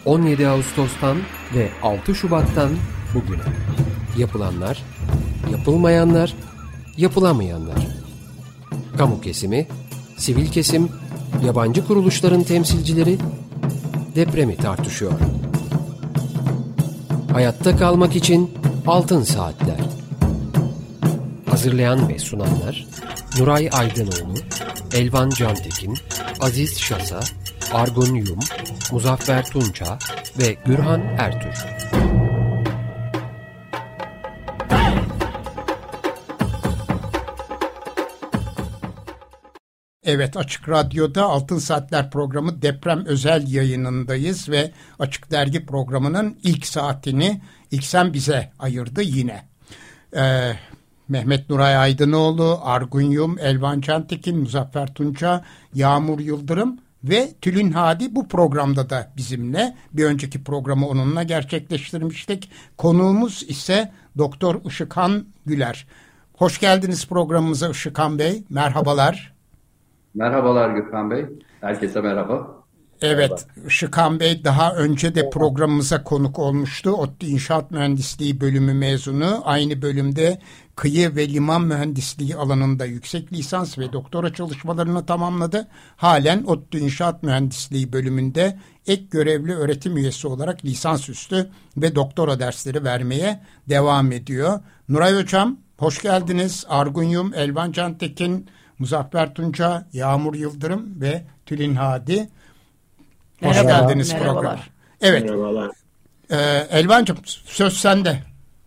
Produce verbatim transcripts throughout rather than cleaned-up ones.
on yedi Ağustos'tan ve altı Şubat'tan bugüne. Yapılanlar, yapılmayanlar, yapılamayanlar. Kamu kesimi, sivil kesim, yabancı kuruluşların temsilcileri depremi tartışıyor. Hayatta kalmak için Altın Saatler. Hazırlayan ve sunanlar Nuray Aydınoğlu, Elvan Cantekin, Aziz Şasa, Argun Yum, Muzaffer Tunça ve Gürhan Ertür. Evet, Açık Radyo'da Altın Saatler programı deprem özel yayınındayız ve Açık Dergi programının ilk saatini İlksen bize ayırdı yine. Ee, Mehmet Nuray Aydınoğlu, Argun Yum, Elvan Cantekin, Muzaffer Tunça, Yağmur Yıldırım ve Tülin Hadi bu programda da bizimle. Bir önceki programı onunla gerçekleştirmiştik. Konuğumuz ise Doktor Işıkhan Güler. Hoş geldiniz programımıza Işıkhan Bey. Merhabalar. Merhabalar Gürkan Bey. Herkese merhaba. Evet, merhaba. Işıkhan Bey daha önce de programımıza konuk olmuştu. ODTÜ İnşaat Mühendisliği bölümü mezunu. Aynı bölümde kıyı ve liman mühendisliği alanında yüksek lisans ve doktora çalışmalarını tamamladı. Halen ODTÜ İnşaat Mühendisliği bölümünde ek görevli öğretim üyesi olarak lisansüstü ve doktora dersleri vermeye devam ediyor. Nuray Hocam, hoş geldiniz. Argun Yum, Elvan Cantekin, Muzaffer Tunça, Yağmur Yıldırım ve Tülin Hadi. Hoş Merhaba, geldiniz merhabalar. programa. Evet. Merhabalar. Ee, Elvan'cığım söz sende.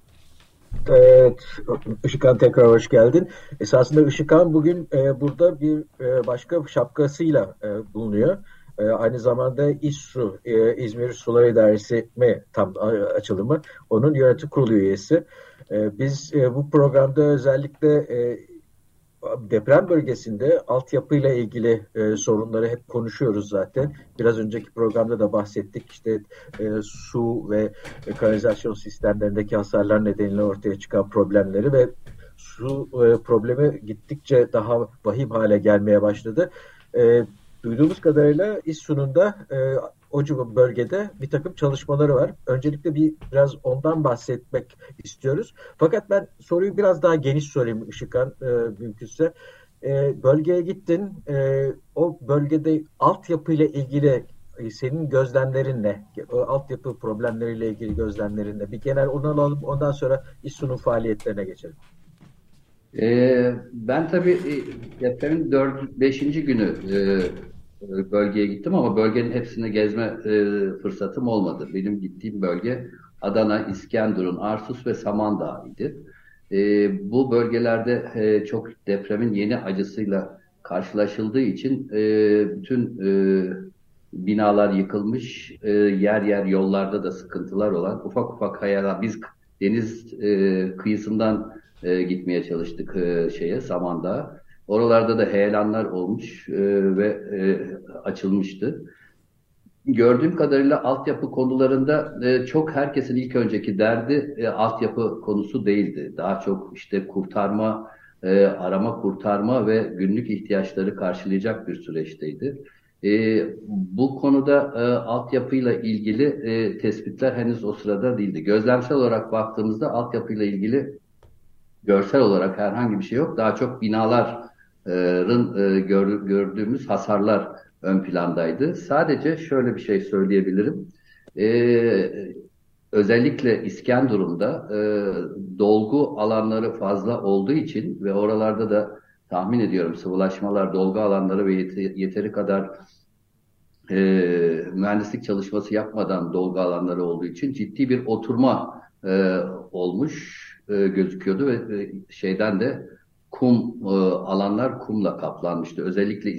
Evet, Işıkhan tekrar hoş geldin. Esasında Işıkhan bugün e, burada bir e, başka şapkasıyla e, bulunuyor. E, aynı zamanda İSSU, e, İzmir Sular İdaresi mi tam açılımı, onun yönetim kurulu üyesi. E, biz e, bu programda özellikle e, deprem bölgesinde altyapıyla ilgili e, sorunları hep konuşuyoruz zaten. Biraz önceki programda da bahsettik. İşte e, su ve e, kanalizasyon sistemlerindeki hasarlar nedeniyle ortaya çıkan problemleri ve su e, problemi gittikçe daha vahim hale gelmeye başladı. E, duyduğumuz kadarıyla İSSU'nun da e, o bölgede bir takım çalışmaları var. Öncelikle bir biraz ondan bahsetmek istiyoruz. Fakat ben soruyu biraz daha geniş sorayım Işıkhan e, mümkünse. E, bölgeye gittin. E, o bölgede altyapıyla ilgili e, senin gözlemlerin ne? O altyapı problemleriyle ilgili gözlemlerin ne? Bir genel onu alalım. Ondan sonra İSSU'nun faaliyetlerine geçelim. Ee, ben tabii depremin dört beşinci günü e, bölgeye gittim ama bölgenin hepsini gezme e, fırsatım olmadı. Benim gittiğim bölge Adana, İskenderun, Arsus ve Samandağ'ydı. E, bu bölgelerde e, çok depremin yeni acısıyla karşılaşıldığı için e, bütün e, binalar yıkılmış, e, yer yer yollarda da sıkıntılar olan ufak ufak hayaller. Biz deniz e, kıyısından e, gitmeye çalıştık e, şeye Samandağ'a. Oralarda da heyelanlar olmuş e, ve e, açılmıştı. Gördüğüm kadarıyla altyapı konularında e, çok herkesin ilk önceki derdi e, altyapı konusu değildi. Daha çok işte kurtarma, e, arama kurtarma ve günlük ihtiyaçları karşılayacak bir süreçteydi. E, bu konuda e, altyapıyla ilgili e, tespitler henüz o sırada değildi. Gözlemsel olarak baktığımızda altyapıyla ilgili görsel olarak herhangi bir şey yok. Daha çok binaların e, gör, gördüğümüz hasarlar ön plandaydı. Sadece şöyle bir şey söyleyebilirim. Ee, özellikle İskenderun'da e, dolgu alanları fazla olduğu için ve oralarda da tahmin ediyorum sıvılaşmalar, dolgu alanları ve yeteri, yeteri kadar e, mühendislik çalışması yapmadan dolgu alanları olduğu için ciddi bir oturma e, olmuş e, gözüküyordu ve e, şeyden de kum e, alanlar kumla kaplanmıştı. Özellikle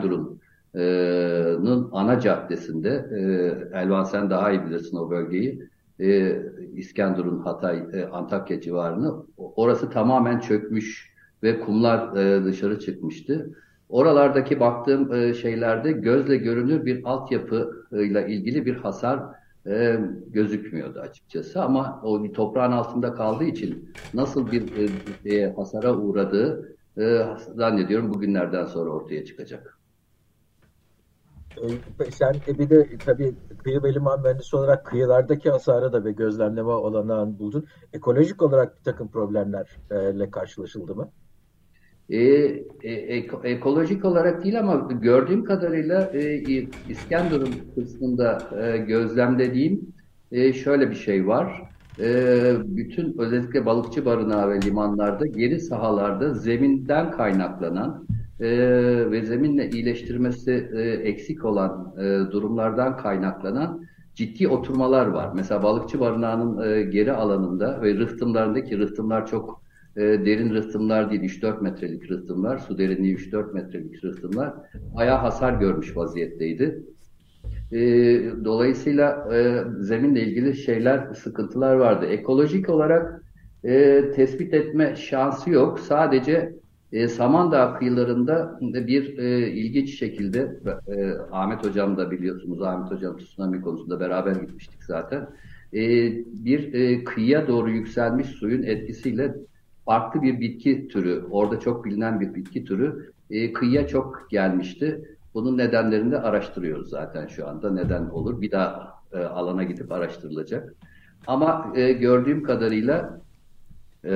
İskenderun'un ana caddesinde, e, Elvan sen daha iyi bilirsin o bölgeyi, e, İskenderun, Hatay, e, Antakya civarını. Orası tamamen çökmüş ve kumlar e, dışarı çıkmıştı. Oralardaki baktığım e, şeylerde gözle görünür bir altyapıyla ilgili bir hasar e, gözükmüyordu açıkçası. Ama o toprağın altında kaldığı için nasıl bir e, e, hasara uğradığı e, zannediyorum bugünlerden sonra ortaya çıkacak. Ee, Sen e, bir de tabii kıyı ve liman mühendisi olarak kıyılardaki hasarı da bir gözlemleme olanağını buldun. Ekolojik olarak bir takım problemlerle karşılaşıldı mı? E, e, eko- ekolojik olarak değil ama gördüğüm kadarıyla e, İskenderun kısmında e, gözlemlediğim e, şöyle bir şey var. E, bütün özellikle balıkçı barınağı ve limanlarda geri sahalarda zeminden kaynaklanan e, ve zeminle iyileştirmesi e, eksik olan e, durumlardan kaynaklanan ciddi oturmalar var. Mesela balıkçı barınağının e, geri alanında ve rıhtımlarındaki rıhtımlar çok e, derin rıhtımlar değil, üç dört metrelik rıhtımlar, su derinliği üç dört metrelik rıhtımlar bayağı hasar görmüş vaziyetteydi. E, dolayısıyla e, zeminle ilgili şeyler, sıkıntılar vardı. Ekolojik olarak e, tespit etme şansı yok. Sadece e, Samandağ kıyılarında bir e, ilginç şekilde e, Ahmet Hocam da biliyorsunuz, Ahmet Hocam tsunami konusunda beraber gitmiştik zaten. E, bir e, kıyıya doğru yükselmiş suyun etkisiyle farklı bir bitki türü, orada çok bilinen bir bitki türü e, kıyıya çok gelmişti. Bunun nedenlerini de araştırıyoruz zaten şu anda. Neden olur? Bir daha e, alana gidip araştırılacak. Ama e, gördüğüm kadarıyla e,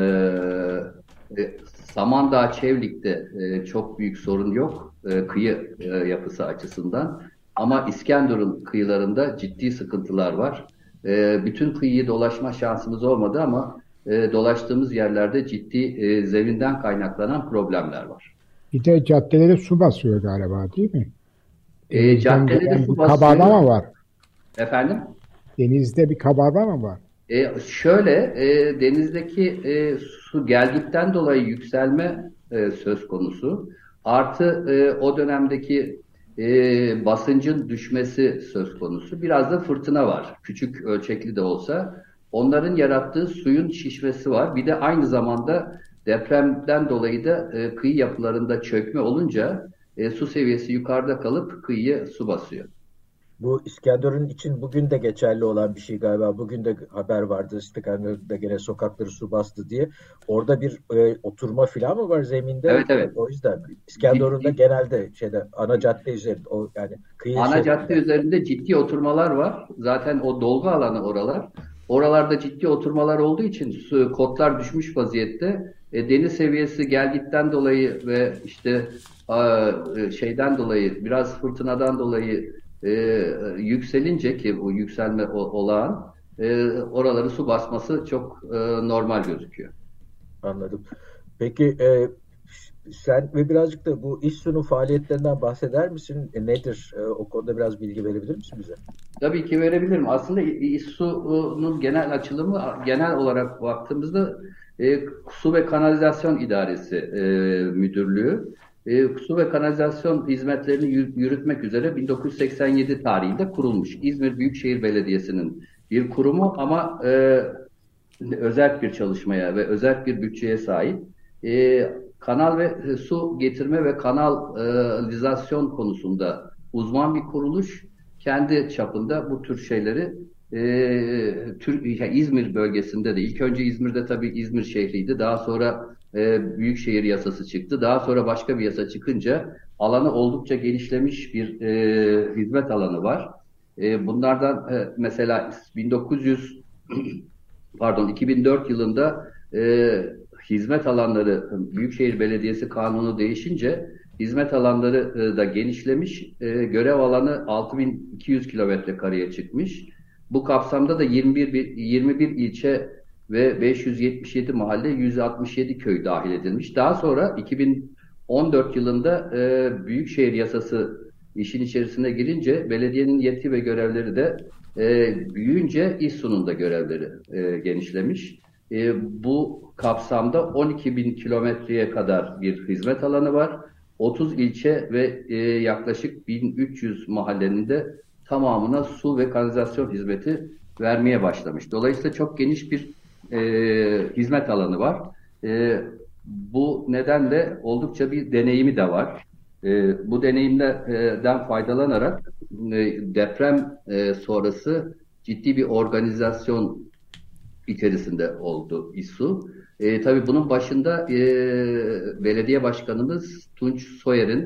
e, Samandağ Çevlik'te e, çok büyük sorun yok e, kıyı e, yapısı açısından. Ama İskenderun kıyılarında ciddi sıkıntılar var. E, bütün kıyıyı dolaşma şansımız olmadı ama e, dolaştığımız yerlerde ciddi e, zeminden kaynaklanan problemler var. Bir de caddeleri su basıyor galiba, değil mi? E, Denizden caddeleri gelen su bir kabarma basıyor. mı var? Efendim? Denizde bir kabarma mı var? E, şöyle e, denizdeki e, su gelgitten dolayı yükselme e, söz konusu. Artı e, o dönemdeki e, basıncın düşmesi söz konusu. Biraz da fırtına var. Küçük ölçekli de olsa. Onların yarattığı suyun şişmesi var. Bir de aynı zamanda depremden dolayı da e, kıyı yapılarında çökme olunca e, su seviyesi yukarıda kalıp kıyıya su basıyor. Bu İskenderun için bugün de geçerli olan bir şey galiba. Bugün de haber vardı, İskenderun'da gene sokakları su bastı diye. Orada bir e, oturma falan mı var zeminde? Evet, evet. O yüzden İskenderun'da Ciddi. genelde şeyde ana cadde üzerinde, o yani kıyı Ana cadde şeridinde. üzerinde ciddi oturmalar var. Zaten o dolgu alanı oralar. Oralarda ciddi oturmalar olduğu için su, kotlar düşmüş vaziyette. E, deniz seviyesi geldikten dolayı ve işte a, e, şeyden dolayı biraz fırtınadan dolayı e, yükselince ki bu yükselme o- olağan e, oraları su basması çok e, normal gözüküyor. Anladım. Peki e, sen ve birazcık da bu İSSU'nun faaliyetlerinden bahseder misin? E, nedir? E, o konuda biraz bilgi verebilir misin bize? Tabii ki verebilirim. Aslında İSSU'nun genel açılımı genel olarak baktığımızda e, Su ve Kanalizasyon İdaresi e, Müdürlüğü. E, su ve kanalizasyon hizmetlerini yü- yürütmek üzere bin dokuz yüz seksen yedi tarihinde kurulmuş. İzmir Büyükşehir Belediyesi'nin bir kurumu ama e, özerk bir çalışmaya ve özerk bir bütçeye sahip. E, kanal ve su getirme ve kanalizasyon konusunda uzman bir kuruluş kendi çapında bu tür şeyleri e, tür, yani İzmir bölgesinde de ilk önce İzmir'de tabii İzmir şehriydi. Daha sonra e, Büyükşehir yasası çıktı. Daha sonra başka bir yasa çıkınca alanı oldukça genişlemiş bir e, hizmet alanı var. E, bunlardan e, mesela bin dokuz yüz pardon iki bin dört yılında e, hizmet alanları Büyükşehir Belediyesi Kanunu değişince hizmet alanları e, da genişlemiş. E, görev alanı altı bin iki yüz kilometre kareye çıkmış. Bu kapsamda da yirmi bir, yirmi bir ilçe ve beş yüz yetmiş yedi mahalle, yüz altmış yedi köy dahil edilmiş. Daha sonra iki bin on dört yılında e, Büyükşehir Yasası işin içerisine girince belediyenin yetki ve görevleri de e, büyüyünce İSSU'nun da görevleri e, genişlemiş. E, bu kapsamda on iki bin kilometreye kadar bir hizmet alanı var. otuz ilçe ve e, yaklaşık bin üç yüz mahallenin de tamamına su ve kanalizasyon hizmeti vermeye başlamış. Dolayısıyla çok geniş bir e, hizmet alanı var. E, bu nedenle oldukça bir deneyimi de var. E, bu deneyimden faydalanarak e, deprem e, sonrası ciddi bir organizasyon içerisinde oldu İSSU. E, tabii bunun başında e, belediye başkanımız Tunç Soyer'in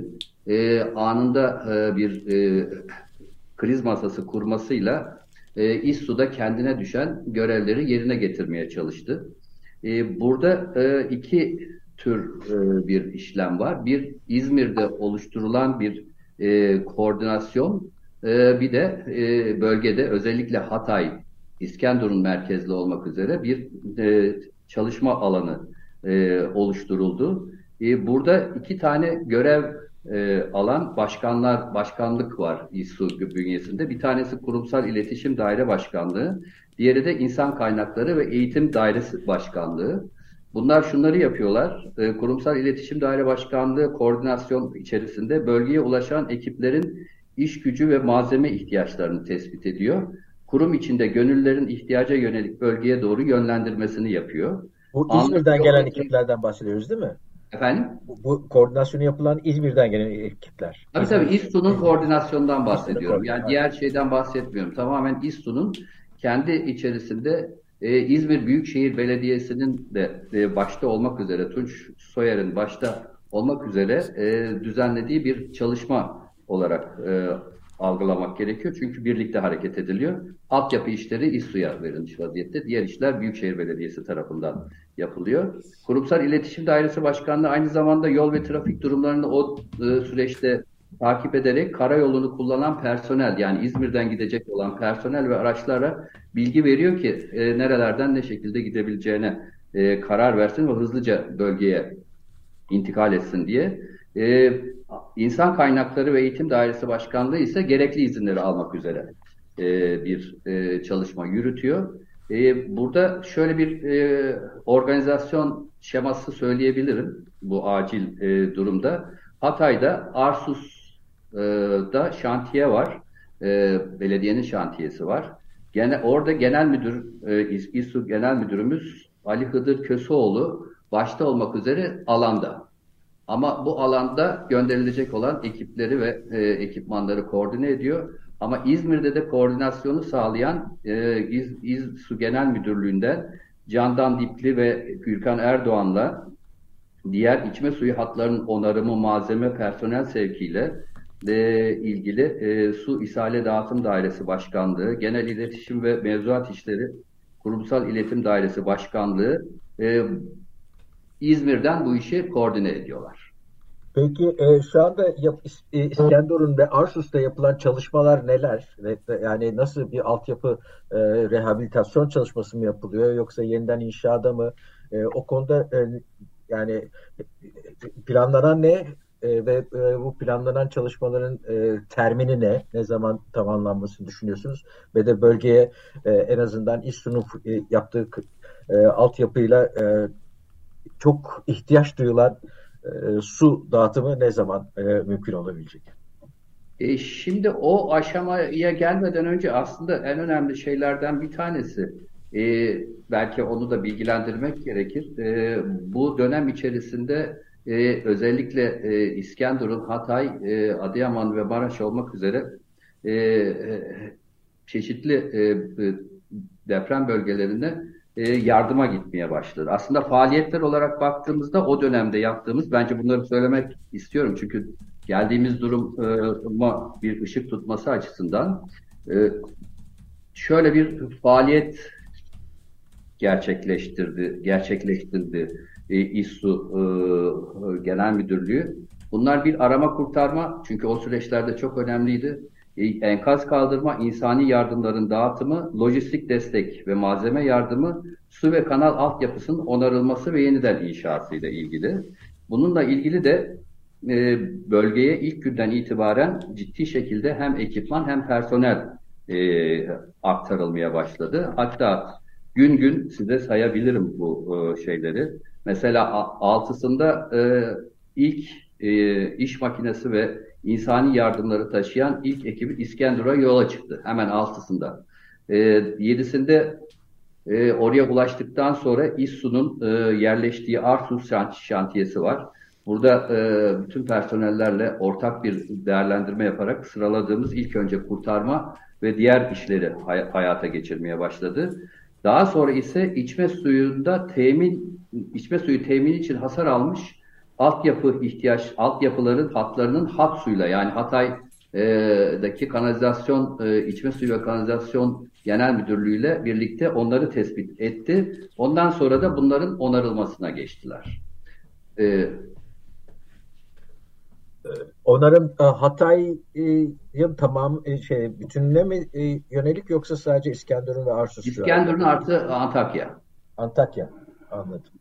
e, anında e, bir e, kriz masası kurmasıyla e, İSSU'da kendine düşen görevleri yerine getirmeye çalıştı. E, burada e, iki tür e, bir işlem var. Bir, İzmir'de oluşturulan bir e, koordinasyon, e, bir de e, bölgede özellikle Hatay, İskenderun merkezli olmak üzere bir e, çalışma alanı e, oluşturuldu. E, burada iki tane görev e, alan başkanlar, başkanlık var İSSU bünyesinde. Bir tanesi Kurumsal İletişim Daire Başkanlığı, diğeri de İnsan Kaynakları ve Eğitim Dairesi Başkanlığı. Bunlar şunları yapıyorlar. E, Kurumsal İletişim Daire Başkanlığı koordinasyon içerisinde bölgeye ulaşan ekiplerin iş gücü ve malzeme ihtiyaçlarını tespit ediyor. Kurum içinde gönüllülerin ihtiyaca yönelik bölgeye doğru yönlendirmesini yapıyor. Bu İzmir'den Anlık gelen ekiplerden bahsediyoruz değil mi? Efendim? Bu, bu koordinasyonu yapılan İzmir'den gelen ekipler. Tabii İzmir. tabii İSSU'nun koordinasyonundan bahsediyorum. Yani evet. diğer şeyden bahsetmiyorum. Tamamen İSSU'nun kendi içerisinde e, İzmir Büyükşehir Belediyesi'nin de e, başta olmak üzere, Tunç Soyer'in başta olmak üzere e, düzenlediği bir çalışma olarak e, algılamak gerekiyor. Çünkü birlikte hareket ediliyor. Altyapı işleri İSSU'ya verilmiş vaziyette. Diğer işler Büyükşehir Belediyesi tarafından yapılıyor. Kurumsal İletişim Dairesi Başkanlığı aynı zamanda yol ve trafik durumlarını o e, süreçte takip ederek karayolunu kullanan personel, yani İzmir'den gidecek olan personel ve araçlara bilgi veriyor ki e, nerelerden ne şekilde gidebileceğine e, karar versin ve hızlıca bölgeye intikal etsin diye. E, İnsan Kaynakları ve Eğitim Dairesi Başkanlığı ise gerekli izinleri almak üzere e, bir e, çalışma yürütüyor. E, burada şöyle bir e, organizasyon şeması söyleyebilirim bu acil e, durumda. Hatay'da Arsus'da şantiye var. E, belediyenin şantiyesi var. Gene, orada genel müdür, e, İSSU Genel Müdürümüz Ali Hıdır Köseoğlu başta olmak üzere alanda. Ama bu alanda gönderilecek olan ekipleri ve e, ekipmanları koordine ediyor. Ama İzmir'de de koordinasyonu sağlayan e, İz, İSSU Genel Müdürlüğü'nden Candan Dipli ve Gürkan Erdoğan'la diğer içme suyu hatlarının onarımı, malzeme, personel sevkiyle de ilgili e, Su İshale Dağıtım Dairesi Başkanlığı, Genel İletişim ve Mevzuat İşleri Kurumsal İletim Dairesi Başkanlığı e, İzmir'den bu işi koordine ediyorlar. Peki e, şu anda yap, İskenderun ve Arsus'ta yapılan çalışmalar neler? Yani nasıl bir altyapı e, rehabilitasyon çalışması mı yapılıyor yoksa yeniden inşada mı? E, o konuda e, yani planlanan ne e, ve e, bu planlanan çalışmaların e, termini ne? Ne zaman tamamlanmasını düşünüyorsunuz? Ve de bölgeye e, en azından İSSU'nun e, yaptığı e, altyapıyla e, çok ihtiyaç duyulan e, su dağıtımı ne zaman e, mümkün olabilecek? E, şimdi o aşamaya gelmeden önce aslında en önemli şeylerden bir tanesi, e, belki onu da bilgilendirmek gerekir. E, bu dönem içerisinde e, özellikle e, İskenderun, Hatay, e, Adıyaman ve Maraş olmak üzere e, e, çeşitli e, deprem bölgelerinde e, yardıma gitmeye başladı. Aslında faaliyetler olarak baktığımızda o dönemde yaptığımız, bence bunları söylemek istiyorum çünkü geldiğimiz duruma bir ışık tutması açısından e, şöyle bir faaliyet gerçekleştirdi, gerçekleştirdi e, İSSU e, Genel Müdürlüğü. Bunlar bir arama kurtarma, çünkü o süreçlerde çok önemliydi. E, enkaz kaldırma, insani yardımların dağıtımı, lojistik destek ve malzeme yardımı, su ve kanal altyapısının onarılması ve yeniden inşası ile ilgili. Bununla ilgili de e, bölgeye ilk günden itibaren ciddi şekilde hem ekipman hem personel e, aktarılmaya başladı. Hatta gün gün size sayabilirim bu e, şeyleri. Mesela altısında e, ilk e, iş makinesi ve insani yardımları taşıyan ilk ekibi İskenderun'a yola çıktı. Hemen altısında. E, yedisinde e, oraya ulaştıktan sonra İSSU'nun e, yerleştiği Arsus şantiyesi var. Burada e, bütün personellerle ortak bir değerlendirme yaparak sıraladığımız ilk önce kurtarma ve diğer işleri hay- hayata geçirmeye başladı. Daha sonra ise içme suyunda temin, içme suyu temini için hasar almış altyapı ihtiyaç, altyapıların hatlarının hat suyla yani Hatay'daki kanalizasyon, e, içme suyu ve kanalizasyon genel müdürlüğüyle birlikte onları tespit etti. Ondan sonra da bunların onarılmasına geçtiler. E, Onarım e, Hatay'ın tamam e, şey bütününe mi e, yönelik yoksa sadece İskenderun ve Arsus? İskenderun artı Antakya. Antakya, anladım.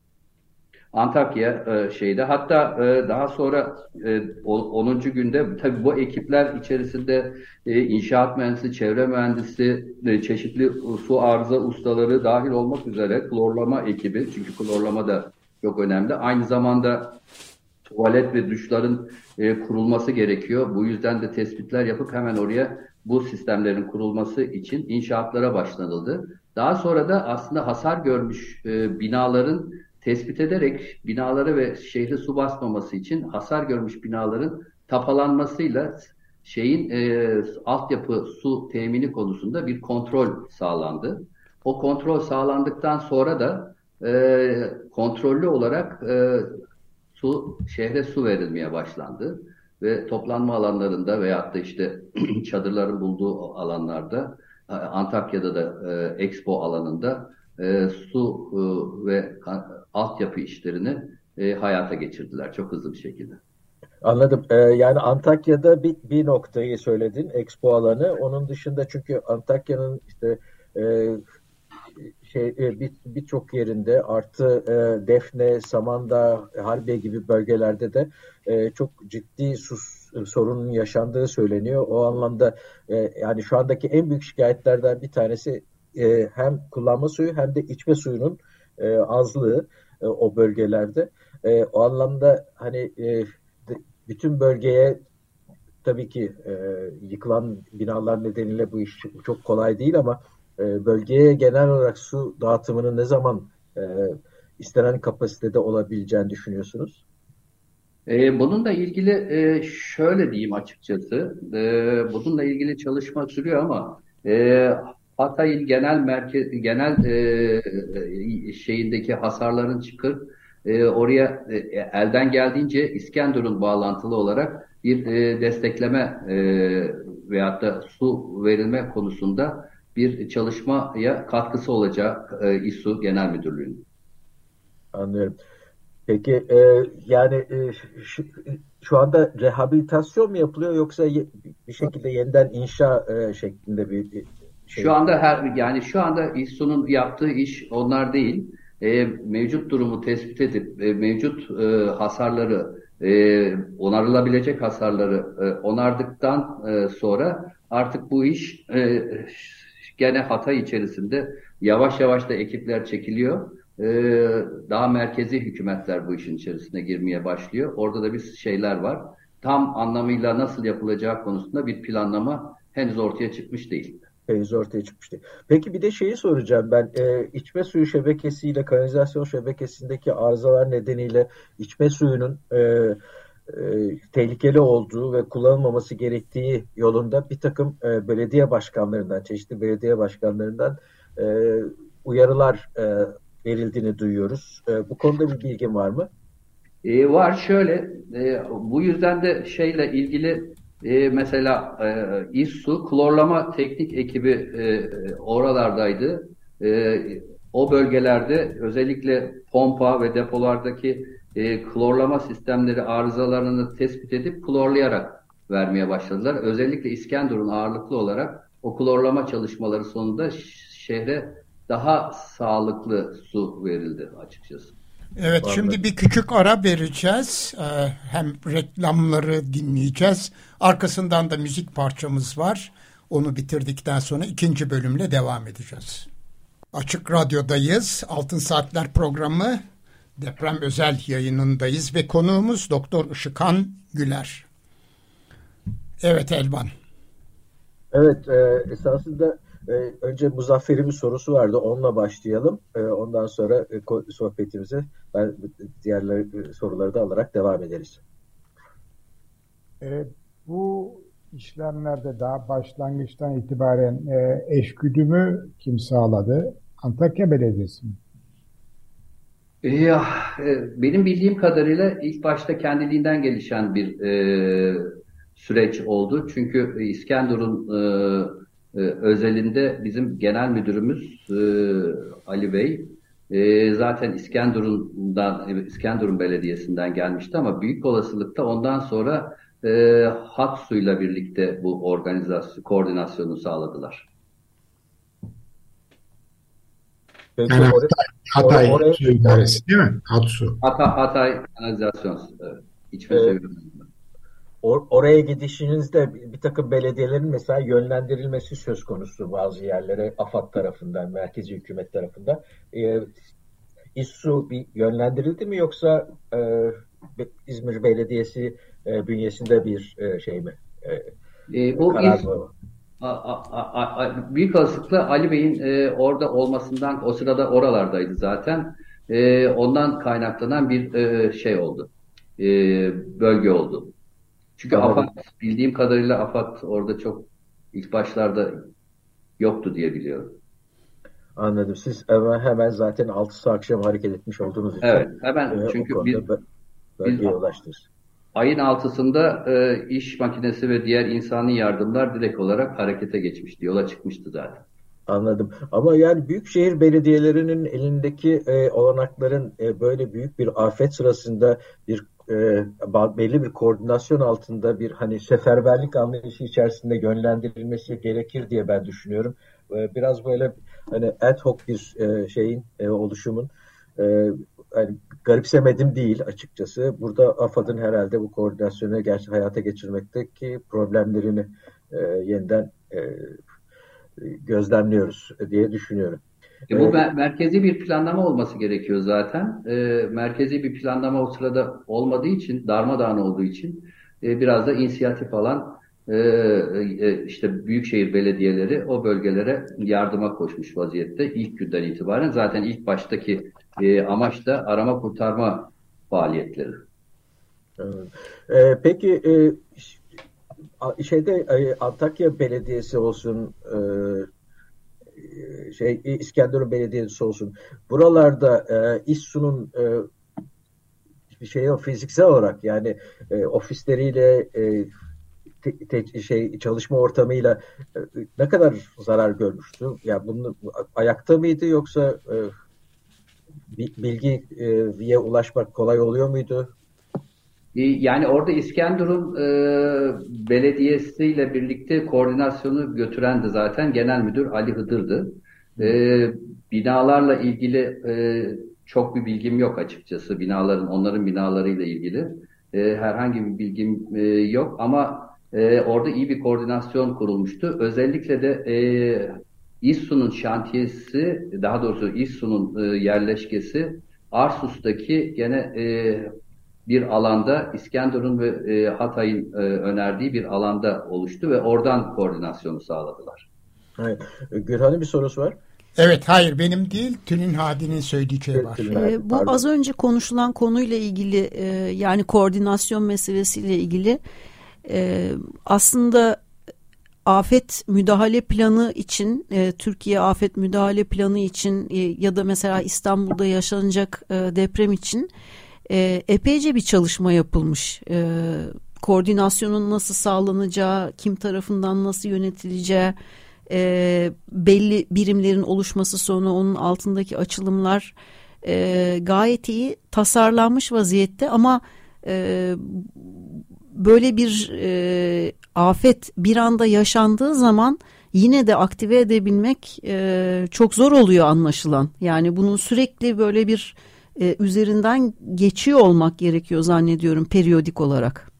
Antakya e, şeyde hatta e, daha sonra e, onuncu günde tabii bu ekipler içerisinde e, inşaat mühendisi, çevre mühendisi, e, çeşitli su arıza ustaları dahil olmak üzere klorlama ekibi, çünkü klorlama da çok önemli. Aynı zamanda tuvalet ve duşların e, kurulması gerekiyor. Bu yüzden de tespitler yapıp hemen oraya bu sistemlerin kurulması için inşaatlara başlanıldı. Daha sonra da aslında hasar görmüş e, binaların tespit ederek binaları ve şehri su basmaması için hasar görmüş binaların tapalanmasıyla şeyin e, altyapı su temini konusunda bir kontrol sağlandı. O kontrol sağlandıktan sonra da e, kontrollü olarak e, su şehre su verilmeye başlandı ve toplanma alanlarında veyahut da işte çadırların bulduğu alanlarda Antakya'da da e, Expo alanında e, su e, ve altyapı işlerini e, hayata geçirdiler çok hızlı bir şekilde. Anladım. Ee, yani Antakya'da bir, bir noktayı söyledin, Expo alanı. Onun dışında çünkü Antakya'nın işte e, şey bir birçok yerinde artı e, Defne, Samandağ, Harbiye gibi bölgelerde de e, çok ciddi su sorunun yaşandığı söyleniyor. O anlamda e, yani şu andaki en büyük şikayetlerden bir tanesi e, hem kullanma suyu hem de içme suyunun e, azlığı e, o bölgelerde. E, o anlamda hani e, bütün bölgeye tabii ki e, yıkılan binalar nedeniyle bu iş çok kolay değil ama e, bölgeye genel olarak su dağıtımının ne zaman e, istenen kapasitede olabileceğini düşünüyorsunuz? E, bununla ilgili e, şöyle diyeyim açıkçası, e, bununla ilgili çalışma sürüyor ama e, Hatay'ın genel merkez, genel e, şeyindeki hasarların çıkıp e, oraya e, elden geldiğince İskenderun bağlantılı olarak bir e, destekleme e, veyahut da su verilme konusunda bir çalışmaya katkısı olacak e, İSSU Genel Müdürlüğü'nün. Anlıyorum. Peki e, yani e, şu, şu anda rehabilitasyon mu yapılıyor yoksa ye, bir şekilde yeniden inşa e, şeklinde bir şey? Şu anda her yani şu anda İSSU'nun yaptığı iş onlar değil. E, mevcut durumu tespit edip e, mevcut e, hasarları e, onarılabilecek hasarları e, onardıktan e, sonra artık bu iş e, gene Hatay içerisinde yavaş yavaş da ekipler çekiliyor. Ee, daha merkezi hükümetler bu işin içerisine girmeye başlıyor. Orada da bir şeyler var. Tam anlamıyla nasıl yapılacağı konusunda bir planlama henüz ortaya çıkmış değil. Henüz ortaya çıkmış değil. Peki bir de şeyi soracağım ben. E, içme suyu şebekesiyle kanalizasyon şebekesindeki arızalar nedeniyle içme suyunun e, e, tehlikeli olduğu ve kullanılmaması gerektiği yolunda bir takım e, belediye başkanlarından, çeşitli belediye başkanlarından e, uyarılar e, verildiğini duyuyoruz. E, bu konuda bir bilgin var mı? E, var şöyle, e, bu yüzden de şeyle ilgili e, mesela e, İSSU klorlama teknik ekibi e, oralardaydı. E, o bölgelerde özellikle pompa ve depolardaki e, klorlama sistemleri arızalarını tespit edip klorlayarak vermeye başladılar. Özellikle İskenderun ağırlıklı olarak o klorlama çalışmaları sonunda şehre daha sağlıklı su verildi açıkçası. Evet, şimdi bir küçük ara vereceğiz. Hem reklamları dinleyeceğiz. Arkasından da müzik parçamız var. Onu bitirdikten sonra ikinci bölümle devam edeceğiz. Açık Radyo'dayız. Altın Saatler programı deprem özel yayınındayız ve konuğumuz Doktor Işıkhan Güler. Evet Elvan. Evet, e, esasında e, önce Muzaffer'in bir sorusu vardı. Onunla başlayalım. E, ondan sonra e, sohbetimize ben diğer soruları da alarak devam ederiz. E, bu işlemlerde daha başlangıçtan itibaren e, eşgüdümü kim sağladı? Antakya Belediyesi mi? Ya, e, benim bildiğim kadarıyla ilk başta kendiliğinden gelişen bir e, süreç oldu. Çünkü İskenderun e, e, özelinde bizim genel müdürümüz e, Ali Bey e, zaten İskenderun'dan İskenderun Belediyesi'nden gelmişti ama büyük olasılıkla ondan sonra e, Hatsu'yla birlikte bu organizasyon koordinasyonu sağladılar. Peki Yani oraya, Hatay, or- oraya, Su İdaresi değil mi? Hatsu. Hatay, Hatay Kanalizasyon evet, içme e, suyu yönetimi. or- oraya gidişinizde bir, bir takım belediyelerin mesela yönlendirilmesi söz konusu bazı yerlere AFAD tarafından, merkezi hükümet tarafından. E, İSSU bir yönlendirildi mi yoksa e, İzmir Belediyesi e, bünyesinde bir e, şey mi? E, E, bu karar İS, mı? a, a, a, a, büyük olasılıkla Ali Bey'in e, orada olmasından o sırada oralardaydı zaten. E, ondan kaynaklanan bir e, şey oldu. E, bölge oldu. Çünkü AFAD Anladım. bildiğim kadarıyla AFAD orada çok ilk başlarda yoktu diye biliyorum. Anladım. Siz hemen, hemen zaten altısı akşam hareket etmiş olduğunuz için Evet, hemen e, o çünkü biz konuda bö- biz bölgeye ulaştınız. ayın altısında e, iş makinesi ve diğer insani yardımlar direkt olarak harekete geçmişti, yola çıkmıştı zaten. Anladım. Ama yani büyükşehir belediyelerinin elindeki e, olanakların e, böyle büyük bir afet sırasında bir e, ba- belli bir koordinasyon altında bir hani seferberlik anlayışı içerisinde yönlendirilmesi gerekir diye ben düşünüyorum. E, biraz böyle hani ad hoc bir e, şeyin e, oluşumun e, hani garipsemedim değil açıkçası. Burada AFAD'ın herhalde bu koordinasyonu gerçi hayata geçirmekteki problemlerini e, yeniden e, gözlemliyoruz diye düşünüyorum. E bu mer- merkezi bir planlama olması gerekiyor zaten. E, merkezi bir planlama o sırada olmadığı için, darmadağın olduğu için e, biraz da inisiyatif alan e, e, işte büyükşehir belediyeleri o bölgelere yardıma koşmuş vaziyette ilk günden itibaren. Zaten ilk baştaki e, amaç da arama kurtarma faaliyetleri. Ee, peki e, şeyde e, Antakya Belediyesi olsun, e, şey İskenderun Belediyesi olsun. Buralarda e, İSSU'nun e, bir şey o fiziksel olarak yani e, ofisleriyle e, te, te, şey çalışma ortamıyla e, ne kadar zarar görmüştü? Ya yani bunun ayakta mıydı yoksa e, bilgiye ulaşmak kolay oluyor muydu? Yani orada İskenderun e, Belediyesi ile birlikte koordinasyonu götüren de zaten Genel Müdür Ali Hıdır'dı. E, binalarla ilgili e, çok bir bilgim yok açıkçası. Binaların, onların binalarıyla ilgili e, herhangi bir bilgim e, yok ama e, orada iyi bir koordinasyon kurulmuştu. Özellikle de e, İSSU'nun şantiyesi, daha doğrusu İSSU'nun e, yerleşkesi Arsus'taki gene e, bir alanda İskenderun ve e, Hatay'ın e, önerdiği bir alanda oluştu ve oradan koordinasyonu sağladılar. Evet. Gürhan'ın bir sorusu var. Evet, hayır benim değil, Tülin Hadi'nin söyleyeceği var. E, bu az önce konuşulan konuyla ilgili e, yani koordinasyon meselesiyle ilgili e, aslında afet müdahale planı için e, Türkiye afet müdahale planı için e, ya da mesela İstanbul'da yaşanacak e, deprem için e, epeyce bir çalışma yapılmış. E, koordinasyonun nasıl sağlanacağı, kim tarafından nasıl yönetileceği, e, belli birimlerin oluşması sonra onun altındaki açılımlar e, gayet iyi tasarlanmış vaziyette ama e, böyle bir e, afet bir anda yaşandığı zaman yine de aktive edebilmek e, çok zor oluyor anlaşılan. Yani bunun sürekli böyle bir e, üzerinden geçiyor olmak gerekiyor zannediyorum periyodik olarak.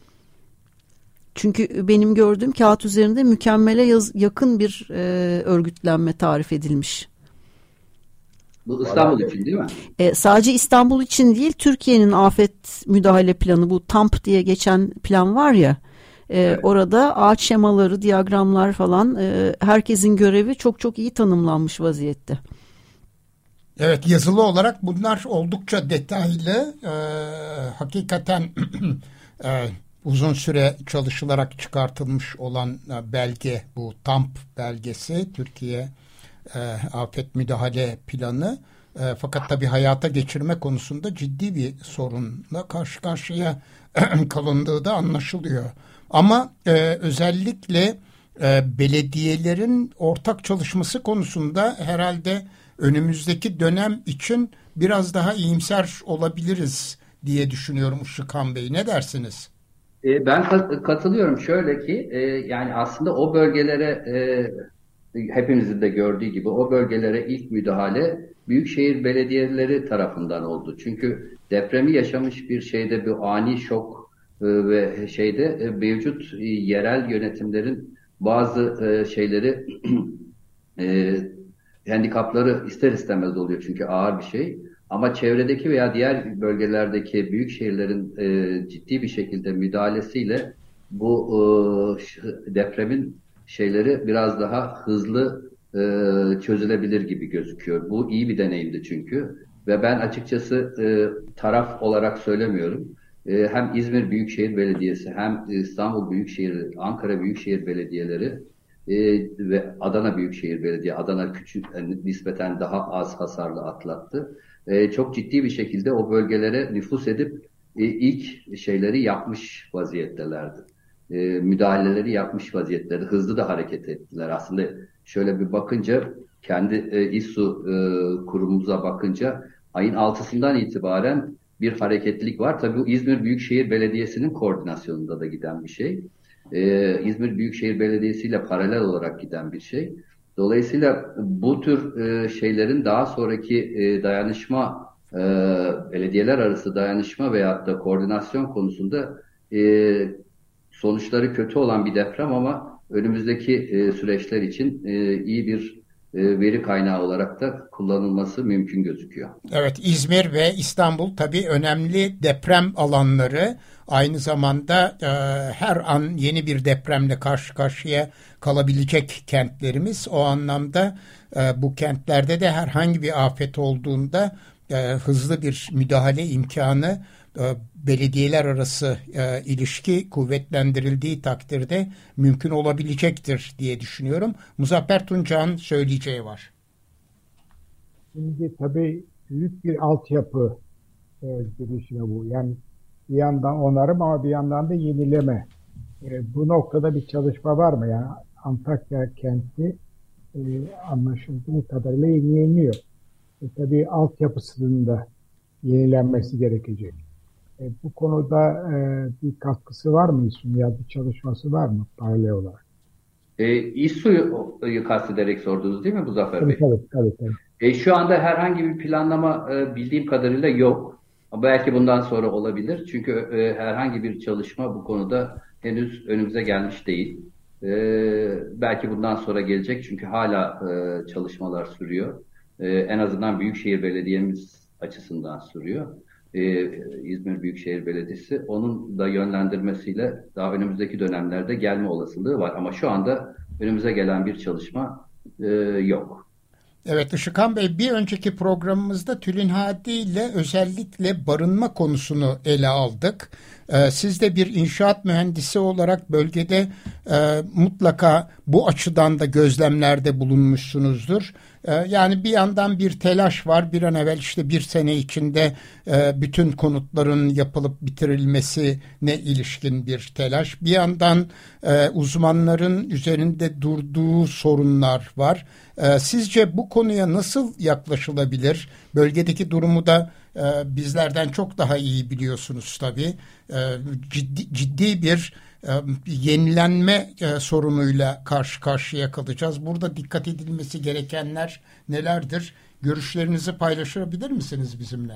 Çünkü benim gördüğüm kağıt üzerinde mükemmele yaz, yakın bir e, örgütlenme tarif edilmiş. Bu İstanbul için değil mi? E, sadece İstanbul için değil, Türkiye'nin afet müdahale planı, bu TAMP diye geçen plan var ya, e, evet. Orada ağaç şemaları, diyagramlar falan, e, herkesin görevi çok çok iyi tanımlanmış vaziyette. Evet, yazılı olarak bunlar oldukça detaylı, e, hakikaten e, uzun süre çalışılarak çıkartılmış olan belge, bu TAMP belgesi, Türkiye e, Afet Müdahale Planı. E, fakat tabii hayata geçirme konusunda ciddi bir sorunla karşı karşıya kalındığı da anlaşılıyor. Ama e, özellikle e, belediyelerin ortak çalışması konusunda herhalde önümüzdeki dönem için biraz daha iyimser olabiliriz diye düşünüyorum Işıkhan Bey. Ne dersiniz? E, Ben kat- katılıyorum. Şöyle ki e, yani aslında o bölgelere e, hepimizin de gördüğü gibi o bölgelere ilk müdahale büyükşehir belediyeleri tarafından oldu. Çünkü depremi yaşamış bir şeyde bir ani şok e, ve şeyde e, mevcut e, yerel yönetimlerin bazı e, şeyleri e, handikapları ister istemez oluyor çünkü ağır bir şey. Ama çevredeki veya diğer bölgelerdeki büyük şehirlerin e, ciddi bir şekilde müdahalesiyle bu e, ş- depremin şeyleri biraz daha hızlı e, çözülebilir gibi gözüküyor. Bu iyi bir deneyimdi çünkü. Ve ben açıkçası e, taraf olarak söylemiyorum. E, hem İzmir Büyükşehir Belediyesi hem İstanbul Büyükşehir, Ankara Büyükşehir Belediyeleri e, ve Adana Büyükşehir Belediye, Adana küçük, yani nispeten daha az hasarlı atlattı. E, çok ciddi bir şekilde o bölgelere nüfus edip e, ilk şeyleri yapmış vaziyettelerdi. E, müdahaleleri yapmış vaziyetlerdi. Hızlı da hareket ettiler. Aslında şöyle bir bakınca kendi e, İSSU e, kurumumuza bakınca ayın altısından itibaren bir hareketlilik var. Tabii bu İzmir Büyükşehir Belediyesi'nin koordinasyonunda da giden bir şey. Ee, İzmir Büyükşehir Belediyesi ile paralel olarak giden bir şey. Dolayısıyla bu tür e, şeylerin daha sonraki e, dayanışma, e, belediyeler arası dayanışma veyahut da koordinasyon konusunda e, sonuçları kötü olan bir deprem ama önümüzdeki e, süreçler için e, iyi bir e, veri kaynağı olarak da kullanılması mümkün gözüküyor. Evet, İzmir ve İstanbul tabii önemli deprem alanları. Aynı zamanda e, her an yeni bir depremle karşı karşıya kalabilecek kentlerimiz. O anlamda e, bu kentlerde de herhangi bir afet olduğunda e, hızlı bir müdahale imkanı, e, belediyeler arası e, ilişki kuvvetlendirildiği takdirde mümkün olabilecektir diye düşünüyorum. Muzaffer Tuncak'ın söyleyeceği var. Şimdi tabii büyük bir altyapı e, girişimi bu. Yani bir yandan onarım ama bir yandan da yenileme. E, bu noktada bir çalışma var mı? Yani Antakya kenti e, anlaşıldığı kadarıyla yenileniyor. E, tabii altyapısının da yenilenmesi gerekecek. E, bu konuda e, bir katkısı var mı İSU'nun ya bir çalışması var mı paralel olarak? E, İSSU'yu kastederek sordunuz değil mi Muzaffer Tabii Bey? tabii tabii. tabii. E, şu anda herhangi bir planlama e, bildiğim kadarıyla yok. Ama belki bundan sonra olabilir. Çünkü e, herhangi bir çalışma bu konuda henüz önümüze gelmiş değil. E, belki bundan sonra gelecek çünkü hala e, çalışmalar sürüyor. E, en azından Büyükşehir Belediye'miz açısından sürüyor. E, İzmir Büyükşehir Belediyesi onun da yönlendirmesiyle daha önümüzdeki dönemlerde gelme olasılığı var. Ama şu anda önümüze gelen bir çalışma e, yok. Evet Işıkhan Bey, bir önceki programımızda Tülin Hadi ile özellikle barınma konusunu ele aldık. Ee, siz de bir inşaat mühendisi olarak bölgede e, mutlaka bu açıdan da gözlemlerde bulunmuşsunuzdur. Ee, yani bir yandan bir telaş var, bir an evvel işte bir sene içinde e, bütün konutların yapılıp bitirilmesine ilişkin bir telaş. Bir yandan e, uzmanların üzerinde durduğu sorunlar var. E, sizce bu konuya nasıl yaklaşılabilir? Bölgedeki durumu da e, bizlerden çok daha iyi biliyorsunuz tabii. E, ciddi, ciddi bir e, yenilenme e, sorunuyla karşı karşıya kalacağız. Burada dikkat edilmesi gerekenler nelerdir? Görüşlerinizi paylaşabilir misiniz bizimle?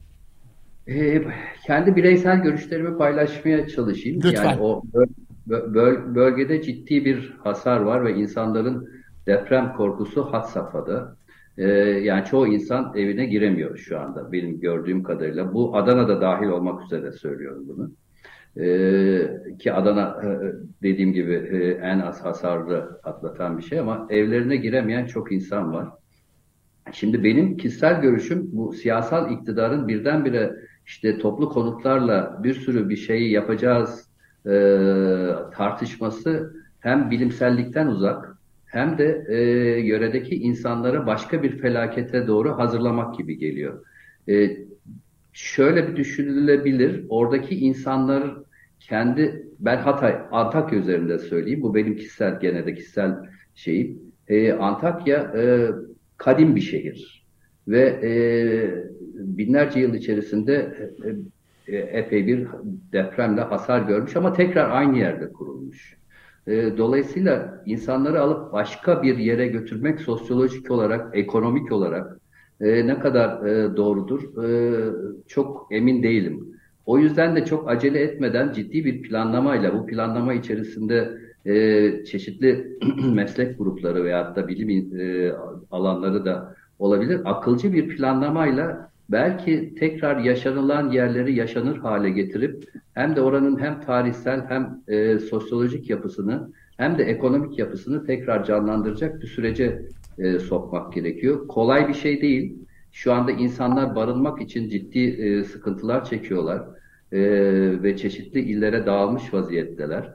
E, kendi bireysel görüşlerimi paylaşmaya çalışayım. Lütfen. Yani o böl- böl- bölgede ciddi bir hasar var ve insanların deprem korkusu had safhada. E, yani çoğu insan evine giremiyor şu anda benim gördüğüm kadarıyla. Bu Adana'da dahil olmak üzere söylüyorum bunu. E, ki Adana e, dediğim gibi e, en az hasarlı atlatan bir şey ama evlerine giremeyen çok insan var. Şimdi benim kişisel görüşüm bu siyasal iktidarın birdenbire işte toplu konutlarla bir sürü bir şeyi yapacağız e, tartışması hem bilimsellikten uzak hem de e, yöredeki insanlara başka bir felakete doğru hazırlamak gibi geliyor. E, şöyle bir düşünülebilir, oradaki insanlar kendi, ben Hatay, Antakya üzerinde söyleyeyim, bu benim kişisel, gene de kişisel şeyim. E, Antakya e, kadim bir şehir ve e, binlerce yıl içerisinde e, e, epey bir depremle hasar görmüş ama tekrar aynı yerde kurulmuş. E, dolayısıyla insanları alıp başka bir yere götürmek sosyolojik olarak, ekonomik olarak e, ne kadar e, doğrudur e, çok emin değilim. O yüzden de çok acele etmeden ciddi bir planlamayla, bu planlama içerisinde e, çeşitli meslek grupları veyahut da bilim e, alanları da olabilir. Akılcı bir planlamayla belki tekrar yaşanılan yerleri yaşanır hale getirip hem de oranın hem tarihsel hem e, sosyolojik yapısını hem de ekonomik yapısını tekrar canlandıracak bir sürece e, sokmak gerekiyor. Kolay bir şey değil. Şu anda insanlar barınmak için ciddi e, sıkıntılar çekiyorlar e, ve çeşitli illere dağılmış vaziyetteler.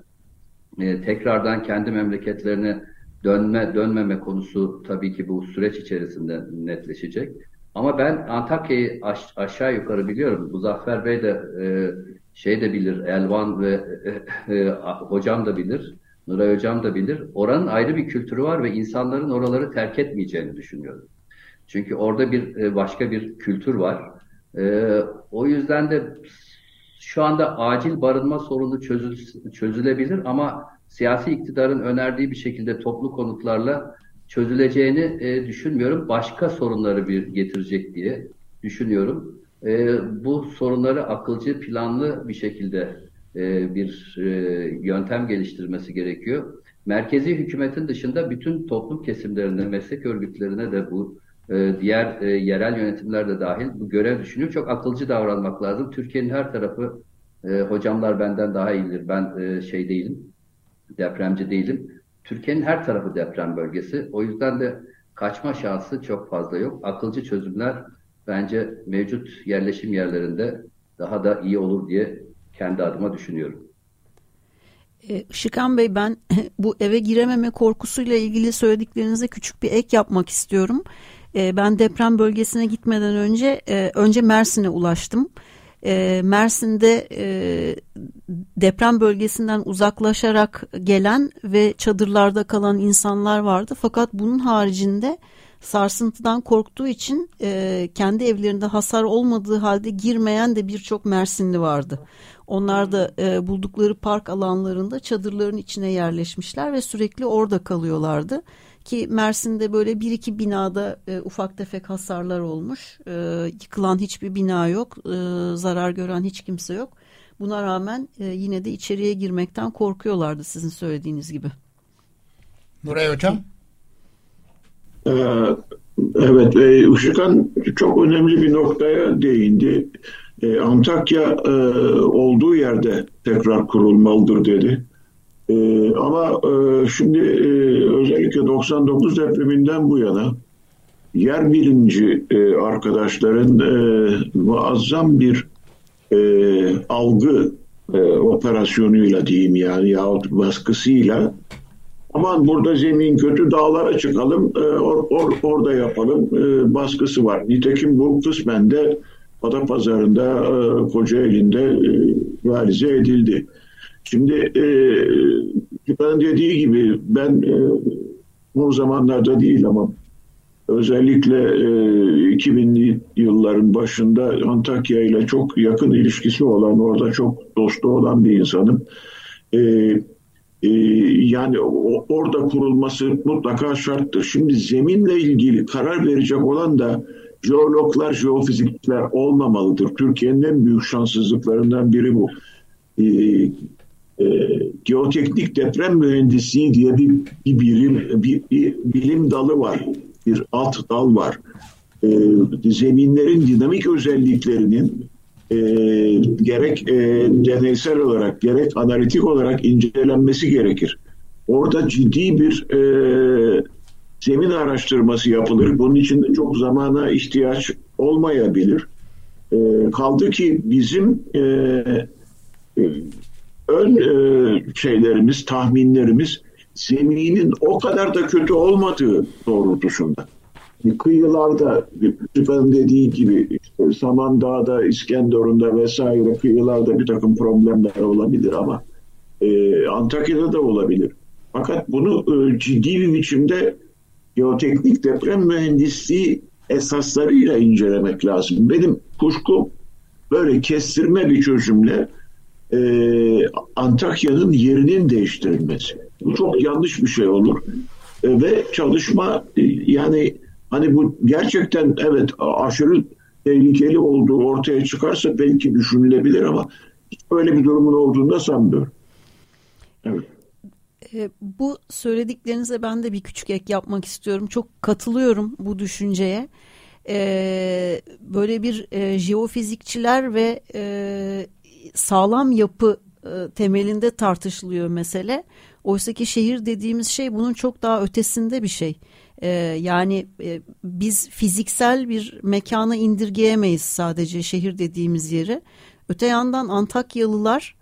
E, tekrardan kendi memleketlerine dönme dönmeme konusu tabii ki bu süreç içerisinde netleşecek. Ama ben Antakya'yı aş, aşağı yukarı biliyorum. Muzaffer Bey de e, şey de bilir, Elvan ve e, e, hocam da bilir, Nuray hocam da bilir. Oranın ayrı bir kültürü var ve insanların oraları terk etmeyeceğini düşünüyorum. Çünkü orada bir e, başka bir kültür var. E, o yüzden de şu anda acil barınma sorunu çözül, çözülebilir ama siyasi iktidarın önerdiği bir şekilde toplu konutlarla çözüleceğini e, düşünmüyorum. Başka sorunları bir getirecek diye düşünüyorum. E, bu sorunları akılcı, planlı bir şekilde e, bir e, yöntem geliştirmesi gerekiyor. Merkezi hükümetin dışında bütün toplum kesimlerine, meslek örgütlerine de bu e, diğer e, yerel yönetimler de dahil bu görev düşünüyor. Çok akılcı davranmak lazım. Türkiye'nin her tarafı, e, hocamlar benden daha iyidir. Ben e, şey değilim, depremci değilim. Türkiye'nin her tarafı deprem bölgesi. O yüzden de kaçma şansı çok fazla yok. Akılcı çözümler bence mevcut yerleşim yerlerinde daha da iyi olur diye kendi adıma düşünüyorum. Işıkhan Bey, ben bu eve girememe korkusuyla ilgili söylediklerinize küçük bir ek yapmak istiyorum. Ben deprem bölgesine gitmeden önce önce Mersin'e ulaştım. E, Mersin'de e, deprem bölgesinden uzaklaşarak gelen ve çadırlarda kalan insanlar vardı. Fakat bunun haricinde sarsıntıdan korktuğu için e, kendi evlerinde hasar olmadığı halde girmeyen de birçok Mersinli vardı. Onlar da e, buldukları park alanlarında çadırların içine yerleşmişler ve sürekli orada kalıyorlardı. Ki Mersin'de böyle bir iki binada e, ufak tefek hasarlar olmuş. E, yıkılan hiçbir bina yok. E, zarar gören hiç kimse yok. Buna rağmen e, yine de içeriye girmekten korkuyorlardı sizin söylediğiniz gibi. Nuray Hocam? Ee, evet, e, Işıkhan çok önemli bir noktaya değindi. E, Antakya e, olduğu yerde tekrar kurulmalıdır dedi. Ee, ama e, şimdi e, özellikle doksan dokuz depreminden bu yana yer bilimci e, arkadaşların e, muazzam bir e, algı e, operasyonuyla diyeyim yani yahut baskısıyla aman burada zemin kötü dağlara çıkalım e, or, or, orada yapalım e, baskısı var. Nitekim bu kısmen de Adapazarı'nda e, Kocaeli'nde e, realize edildi. Şimdi e, ben dediği gibi ben e, o zamanlarda değil ama özellikle e, iki binli yılların başında Antakya ile çok yakın ilişkisi olan, orada çok dostu olan bir insanım. E, e, yani o, orada kurulması mutlaka şarttır. Şimdi zeminle ilgili karar verecek olan da jeologlar, jeofizikçiler olmamalıdır. Türkiye'nin en büyük şanssızlıklarından biri bu. E, E, geoteknik deprem mühendisliği diye bir, bir bilim bir, bir bilim dalı var, bir alt dal var. E, zeminlerin dinamik özelliklerinin e, gerek e, deneysel olarak gerek analitik olarak incelenmesi gerekir. Orada ciddi bir e, zemin araştırması yapılır. Bunun için de çok zamana ihtiyaç olmayabilir. E, kaldı ki bizim e, e, ön e, şeylerimiz, tahminlerimiz zeminin o kadar da kötü olmadığı doğrultusunda. Kıyılarda, Tüfek'in dediği gibi işte Samandağ'da, İskenderun'da vesaire kıyılarda bir takım problemler olabilir ama e, Antakya'da da olabilir. Fakat bunu e, ciddi bir biçimde geoteknik deprem mühendisliği esaslarıyla incelemek lazım. Benim kuşkum böyle kestirme bir çözümle e, Antakya'nın yerinin değiştirilmesi. Bu çok yanlış bir şey olur. E, ve çalışma e, yani hani bu gerçekten evet aşırı tehlikeli olduğu ortaya çıkarsa belki düşünülebilir ama hiç böyle bir durumun olduğunu da sanmıyorum. Evet. E, bu söylediklerinize ben de bir küçük ek yapmak istiyorum. Çok katılıyorum bu düşünceye. E, böyle bir e, jeofizikçiler ve e, sağlam yapı e, temelinde tartışılıyor mesele. Oysa ki şehir dediğimiz şey bunun çok daha ötesinde bir şey. E, yani e, biz fiziksel bir mekana indirgeyemeyiz sadece şehir dediğimiz yeri. Öte yandan Antakyalılar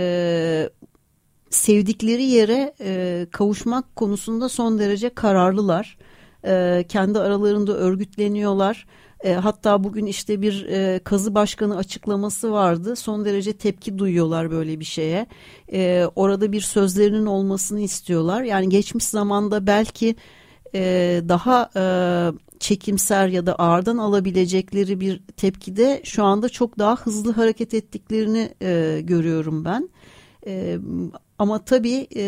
e, sevdikleri yere e, kavuşmak konusunda son derece kararlılar. E, kendi aralarında örgütleniyorlar. E, hatta bugün işte bir e, kazı başkanı açıklaması vardı. Son derece tepki duyuyorlar böyle bir şeye. E, orada bir sözlerinin olmasını istiyorlar. Yani geçmiş zamanda belki e, daha e, çekimser ya da ağırdan alabilecekleri bir tepkide şu anda çok daha hızlı hareket ettiklerini e, görüyorum ben. E, ama tabii e,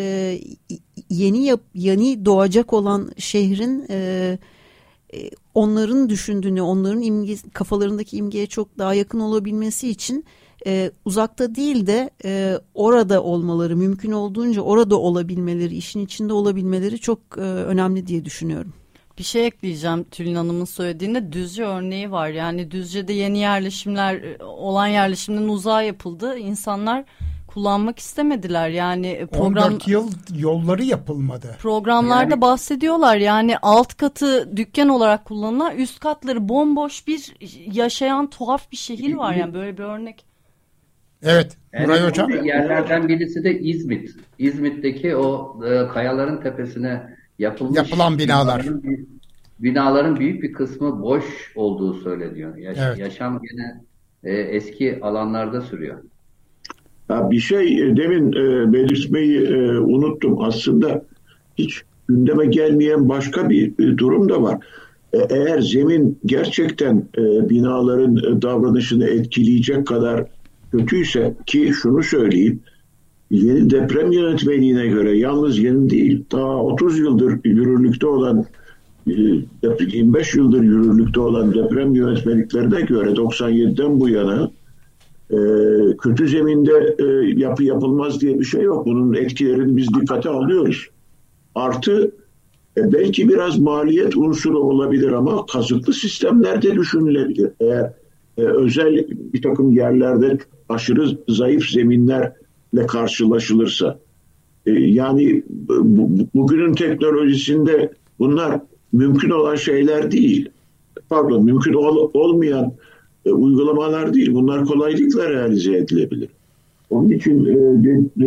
yeni yap, yeni doğacak olan şehrin e, e, onların düşündüğünü, onların imge, kafalarındaki imgeye çok daha yakın olabilmesi için e, uzakta değil de e, orada olmaları, mümkün olduğunca orada olabilmeleri, işin içinde olabilmeleri çok e, önemli diye düşünüyorum. Bir şey ekleyeceğim Tülin Hanım'ın söylediğinde. Düzce örneği var. Yani Düzce'de yeni yerleşimler olan yerleşimden uzağa yapıldı. İnsanlar kullanmak istemediler. Yani program on dört yıl yolları yapılmadı. Programlarda yani bahsediyorlar. Yani alt katı dükkan olarak kullanılan, üst katları bomboş bir yaşayan tuhaf bir şehir var. Yani böyle bir örnek. Evet. Nuray Yani Hocam. Yerlerden birisi de İzmit. İzmit'teki o e, kayaların tepesine yapılmış yapılan binalar. Binaların, binaların büyük bir kısmı boş olduğu söyleniyor. Yaş, evet. Yaşam gene e, eski alanlarda sürüyor. Ya bir şey demin e, belirtmeyi e, unuttum. Aslında hiç gündeme gelmeyen başka bir e, durum da var. E, eğer zemin gerçekten e, binaların e, davranışını etkileyecek kadar kötüyse, ki şunu söyleyeyim, yeni deprem yönetmeliğine göre, yalnız yeni değil, daha otuz yıldır yürürlükte olan, yirmi beş yıldır yürürlükte olan deprem yönetmeliklerine göre doksan yediden bu yana e, kötü zeminde e, yapı yapılmaz diye bir şey yok. Bunun etkilerini biz dikkate alıyoruz. Artı e, belki biraz maliyet unsuru olabilir ama kazıklı sistemlerde düşünülebilir. Eğer e, özel bir takım yerlerde aşırı zayıf zeminlerle karşılaşılırsa. E, yani bu, bugünün teknolojisinde bunlar mümkün olan şeyler değil. Pardon, mümkün ol, olmayan e, uygulamalar değil. Bunlar kolaylıkla realize edilebilir. Onun için e, e,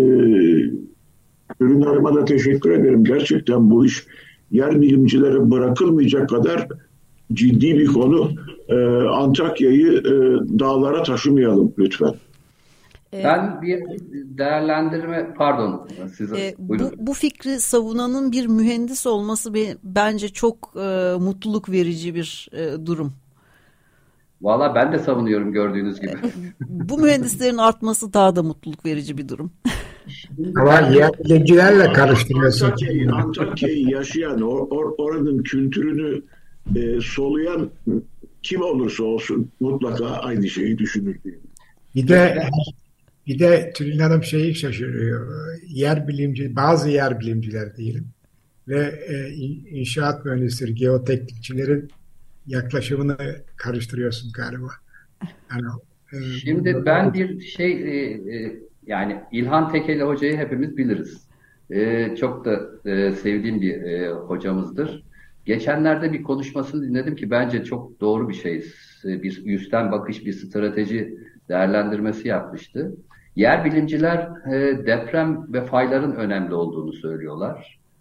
Ürün Hanım'a da teşekkür ederim. Gerçekten bu iş yer bilimcilere bırakılmayacak kadar ciddi bir konu. E, Antakya'yı e, dağlara taşımayalım lütfen. Ben bir değerlendirme, pardon size e, buyurun. Bu, bu fikri savunanın bir mühendis olması be, bence çok e, mutluluk verici bir e, durum. Valla ben de savunuyorum gördüğünüz gibi. Bu mühendislerin artması daha da mutluluk verici bir durum. Ama yercilerle karıştırıyorsun. Antakya'yı, Antakya'yı yaşayan, or, or, oranın kültürünü e, soluyan kim olursa olsun mutlaka aynı şeyi düşünür. Bir de bir de Tülin Hanım şeyi şaşırıyor. Yer bilimci, bazı yer bilimciler diyelim ve e, inşaat mühendisleri, geoteknikçilerin yaklaşımını karıştırıyorsun galiba. Yani, e, Şimdi ben bir şey e, e, yani İlhan Tekeli hocayı hepimiz biliriz. E, çok da e, sevdiğim bir e, hocamızdır. Geçenlerde bir konuşmasını dinledim ki bence çok doğru bir şey. E, bir üstten bakış, bir strateji değerlendirmesi yapmıştı. Yer bilimciler e, deprem ve fayların önemli olduğunu söylüyorlar.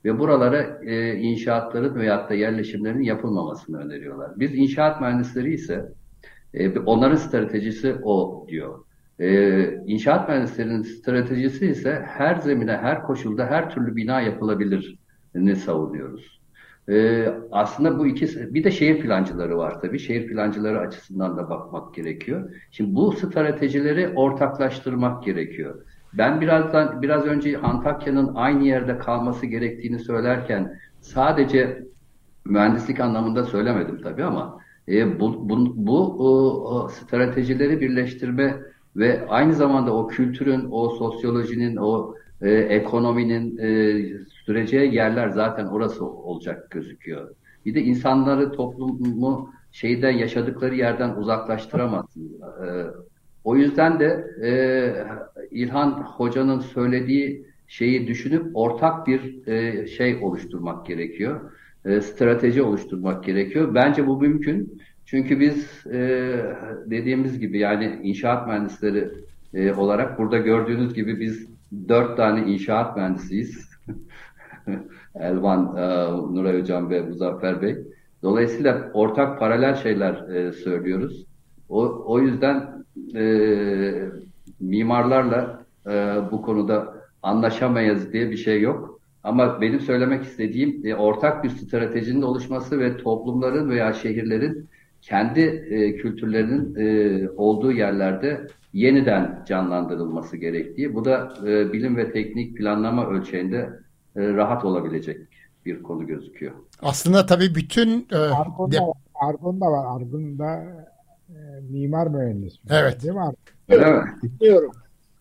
ve buralara e, inşaatların veyahut da yerleşimlerin yapılmamasını öneriyorlar. Biz inşaat mühendisleri ise e, onların stratejisi o diyor. E, inşaat mühendislerinin stratejisi ise her zemine, her koşulda, her türlü bina yapılabilirini savunuyoruz. E, aslında bu ikisi, bir de şehir plancıları var tabii. Şehir plancıları açısından da bakmak gerekiyor. Şimdi bu stratejileri ortaklaştırmak gerekiyor. Ben birazdan biraz önce Antakya'nın aynı yerde kalması gerektiğini söylerken sadece mühendislik anlamında söylemedim tabii ama e, bu, bu, bu o, o stratejileri birleştirme ve aynı zamanda o kültürün, o sosyolojinin, o e, ekonominin e, süreceği yerler zaten orası olacak gözüküyor. Bir de insanları, toplumu şeyden, yaşadıkları yerden uzaklaştıramazsın. E, o yüzden de e, İlhan Hoca'nın söylediği şeyi düşünüp ortak bir e, şey oluşturmak gerekiyor. E, strateji oluşturmak gerekiyor. Bence bu mümkün. Çünkü biz e, dediğimiz gibi yani inşaat mühendisleri e, olarak burada gördüğünüz gibi biz dört tane inşaat mühendisiyiz. Elvan, e, Nuray Hocam ve Muzaffer Bey. Dolayısıyla ortak paralel şeyler e, söylüyoruz. O, o yüzden e, mimarlarla e, bu konuda anlaşamayız diye bir şey yok. Ama benim söylemek istediğim e, ortak bir stratejinin oluşması ve toplumların veya şehirlerin kendi e, kültürlerinin e, olduğu yerlerde yeniden canlandırılması gerektiği. Bu da e, bilim ve teknik planlama ölçeğinde e, rahat olabilecek bir konu gözüküyor. Aslında tabii bütün... E, Argon'da, de... Argon'da var. Argon'da e, mimar mühendisi. Evet. Değil mi? Öyle mi? Biliyorum.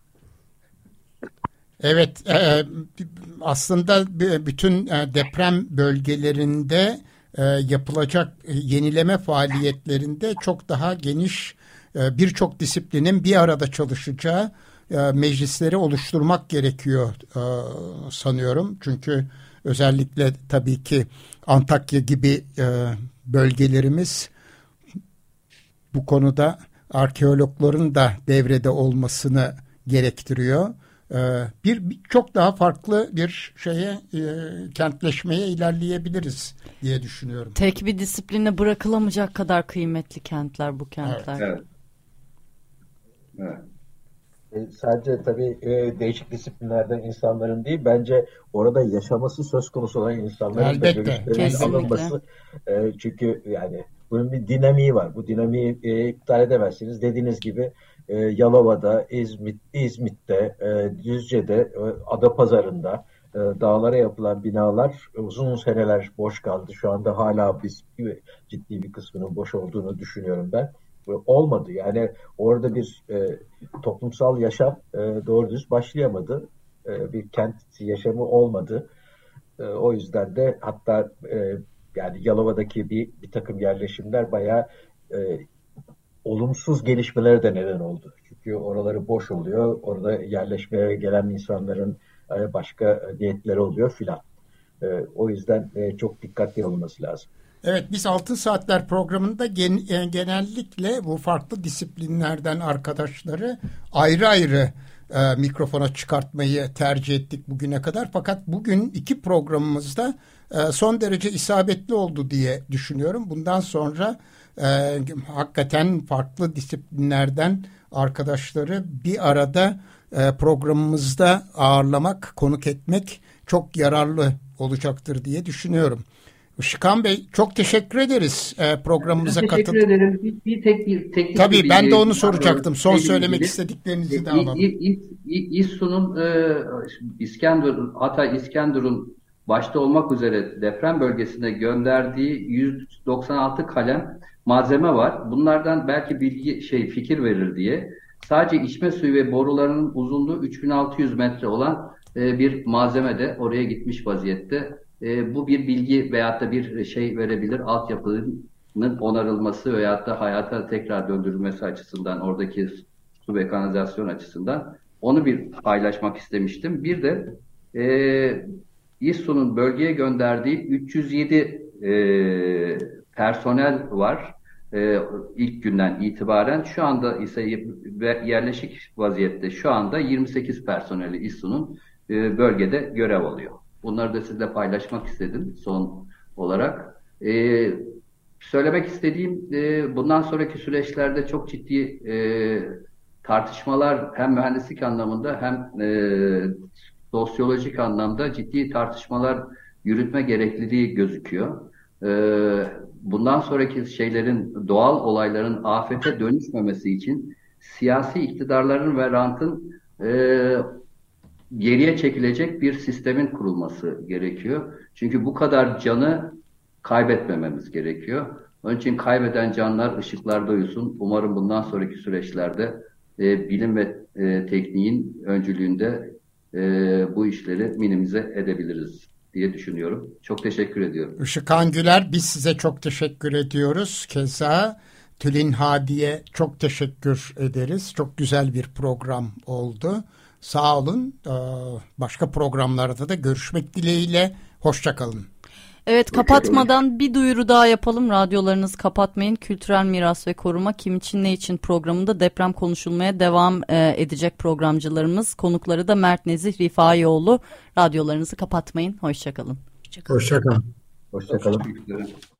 Evet, e, aslında bütün deprem bölgelerinde e, yapılacak yenileme faaliyetlerinde çok daha geniş e, birçok disiplinin bir arada çalışacağı e, meclisleri oluşturmak gerekiyor e, sanıyorum. Çünkü özellikle tabii ki Antakya gibi e, bölgelerimiz bu konuda arkeologların da devrede olmasını gerektiriyor. Bir, bir çok daha farklı bir şeye e, kentleşmeye ilerleyebiliriz diye düşünüyorum. Tek bir disipline bırakılamayacak kadar kıymetli kentler bu kentler. Evet. Evet. E, sadece tabii e, değişik disiplinlerden insanların değil, bence orada yaşaması söz konusu olan insanların da görüşlerinin alınması. E, çünkü yani bunun bir dinamiği var. Bu dinamiği e, iptal edemezsiniz. Dediğiniz gibi e, Yalova'da, İzmit, İzmit'te, e, Düzce'de, e, Adapazarı'nda e, dağlara yapılan binalar uzun seneler boş kaldı. Şu anda hala biz ciddi bir kısmının boş olduğunu düşünüyorum ben. Olmadı. Yani orada bir e, toplumsal yaşam e, doğru düz başlayamadı. E, bir kent yaşamı olmadı. E, o yüzden de hatta e, yani Yalova'daki bir, bir takım yerleşimler bayağı e, olumsuz gelişmelere de neden oldu. Çünkü oraları boş oluyor. Orada yerleşmeye gelen insanların e, başka niyetleri oluyor filan. E, o yüzden e, çok dikkatli olması lazım. Evet, biz Altın Saatler programında gen, genellikle bu farklı disiplinlerden arkadaşları ayrı ayrı e, mikrofona çıkartmayı tercih ettik bugüne kadar. Fakat bugün iki programımızda e, son derece isabetli oldu diye düşünüyorum. Bundan sonra e, hakikaten farklı disiplinlerden arkadaşları bir arada e, programımızda ağırlamak, konuk etmek çok yararlı olacaktır diye düşünüyorum. Işıkhan Bey, çok teşekkür ederiz e, programımıza katıldığınız için. Teşekkür ederim. Bir, bir tek bir teknik Tabii bir ben de onu bilgi, soracaktım. Son ilgili. söylemek istediklerinizi de alalım. İSSU'nun e, İskenderun, Hatay İskenderun başta olmak üzere deprem bölgesine gönderdiği yüz doksan altı kalem malzeme var. Bunlardan belki bilgi şey fikir verir diye. Sadece içme suyu ve borularının uzunluğu üç bin altı yüz metre olan e, bir malzeme de oraya gitmiş vaziyette. E, bu bir bilgi veyahut da bir şey verebilir. Altyapının onarılması veyahut da hayata tekrar döndürülmesi açısından, oradaki su ve kanalizasyon açısından onu bir paylaşmak istemiştim. Bir de e, İSSU'nun bölgeye gönderdiği üç yüz yedi e, personel var. E, ilk günden itibaren. Şu anda ise yerleşik vaziyette şu anda yirmi sekiz personeli İSSU'nun e, bölgede görev alıyor. Bunları da sizinle paylaşmak istedim son olarak. E, söylemek istediğim e, bundan sonraki süreçlerde çok ciddi e, tartışmalar hem mühendislik anlamında hem e, sosyolojik anlamda ciddi tartışmalar yürütme gerekliliği gözüküyor. E, bundan sonraki şeylerin, doğal olayların afete dönüşmemesi için siyasi iktidarların ve rantın e, geriye çekilecek bir sistemin kurulması gerekiyor. Çünkü bu kadar canı kaybetmememiz gerekiyor. Onun için kaybeden canlar ışıklarda uyusun. Umarım bundan sonraki süreçlerde e, bilim ve e, tekniğin öncülüğünde e, bu işleri minimize edebiliriz diye düşünüyorum. Çok teşekkür ediyorum. Işıkhan Güler, biz size çok teşekkür ediyoruz. Keza Tülin Hadi'ye çok teşekkür ederiz. Çok güzel bir program oldu. Sağ olun. Başka programlarda da görüşmek dileğiyle. Hoşça kalın. Evet, kapatmadan bir duyuru daha yapalım. Radyolarınızı kapatmayın. Kültürel Miras ve Koruma Kim için Ne için programında deprem konuşulmaya devam edecek programcılarımız. Konukları da Mert Nezih Rifaioğlu. Radyolarınızı kapatmayın. Hoşça kalın. Hoşça kalın. Hoşça kalın.